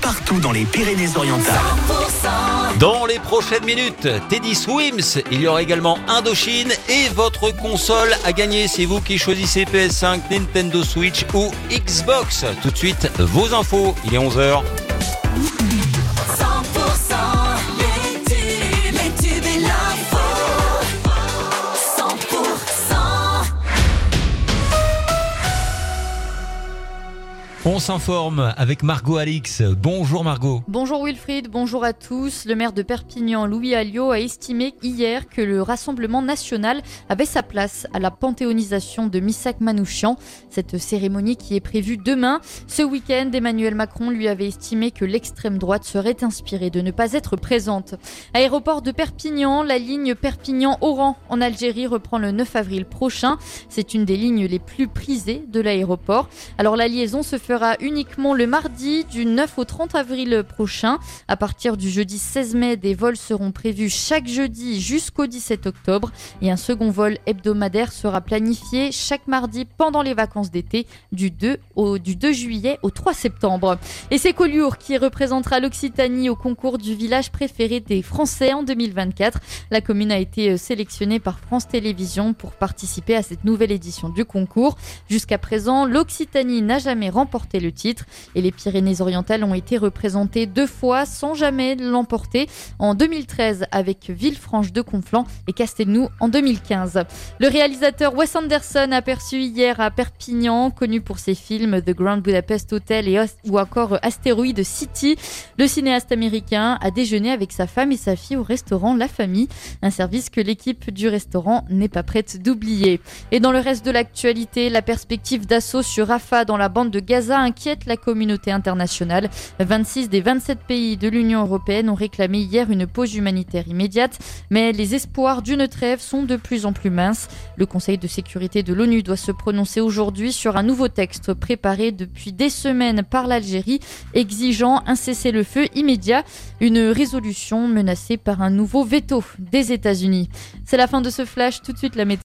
partout dans les Pyrénées-Orientales. 100%. Dans les prochaines minutes, Teddy Swims, il y aura également Indochine et votre console à gagner. C'est vous qui choisissez PS5, Nintendo Switch ou Xbox. Tout de suite, vos infos, il est 11h. 100%. Les tubes et l'info. 100%. On s'informe avec Margot Alix. Bonjour Margot. Bonjour Wilfried, bonjour à tous. Le maire de Perpignan, Louis Alliot, a estimé hier que le Rassemblement national avait sa place à la panthéonisation de Missak Manouchian. Cette cérémonie qui est prévue demain. Ce week-end, Emmanuel Macron lui avait estimé que l'extrême droite serait inspirée de ne pas être présente. Aéroport de Perpignan, la ligne Perpignan-Oran en Algérie reprend le 9 avril prochain. C'est une des lignes les plus prisées de l'aéroport. Alors la liaison se fera uniquement le mardi du 9 au 30 avril prochain. À partir du jeudi 16 mai, des vols seront prévus chaque jeudi jusqu'au 17 octobre et un second vol hebdomadaire sera planifié chaque mardi pendant les vacances d'été du 2 juillet au 3 septembre. Et c'est Collioure qui représentera l'Occitanie au concours du village préféré des Français en 2024. La commune a été sélectionnée par France Télévisions pour participer à cette nouvelle édition du concours. Jusqu'à présent, l'Occitanie n'a jamais remporté le titre et les Pyrénées-Orientales ont été représentées 2 fois sans jamais l'emporter, en 2013 avec Villefranche de Conflans et Castelnou en 2015. Le réalisateur Wes Anderson aperçu hier à Perpignan, connu pour ses films The Grand Budapest Hotel ou encore Asteroid City. Le cinéaste américain a déjeuné avec sa femme et sa fille au restaurant La Famille, un service que l'équipe du restaurant n'est pas prête d'oublier. Et dans le reste de l'actualité, la perspective d'assaut sur Rafah dans la bande de Gaza inquiète la communauté internationale. 26 des 27 pays de l'Union européenne ont réclamé hier une pause humanitaire immédiate, mais les espoirs d'une trêve sont de plus en plus minces. Le Conseil de sécurité de l'ONU doit se prononcer aujourd'hui sur un nouveau texte préparé depuis des semaines par l'Algérie, exigeant un cessez-le-feu immédiat, une résolution menacée par un nouveau veto des États-Unis. C'est la fin de ce flash, tout de suite la météo.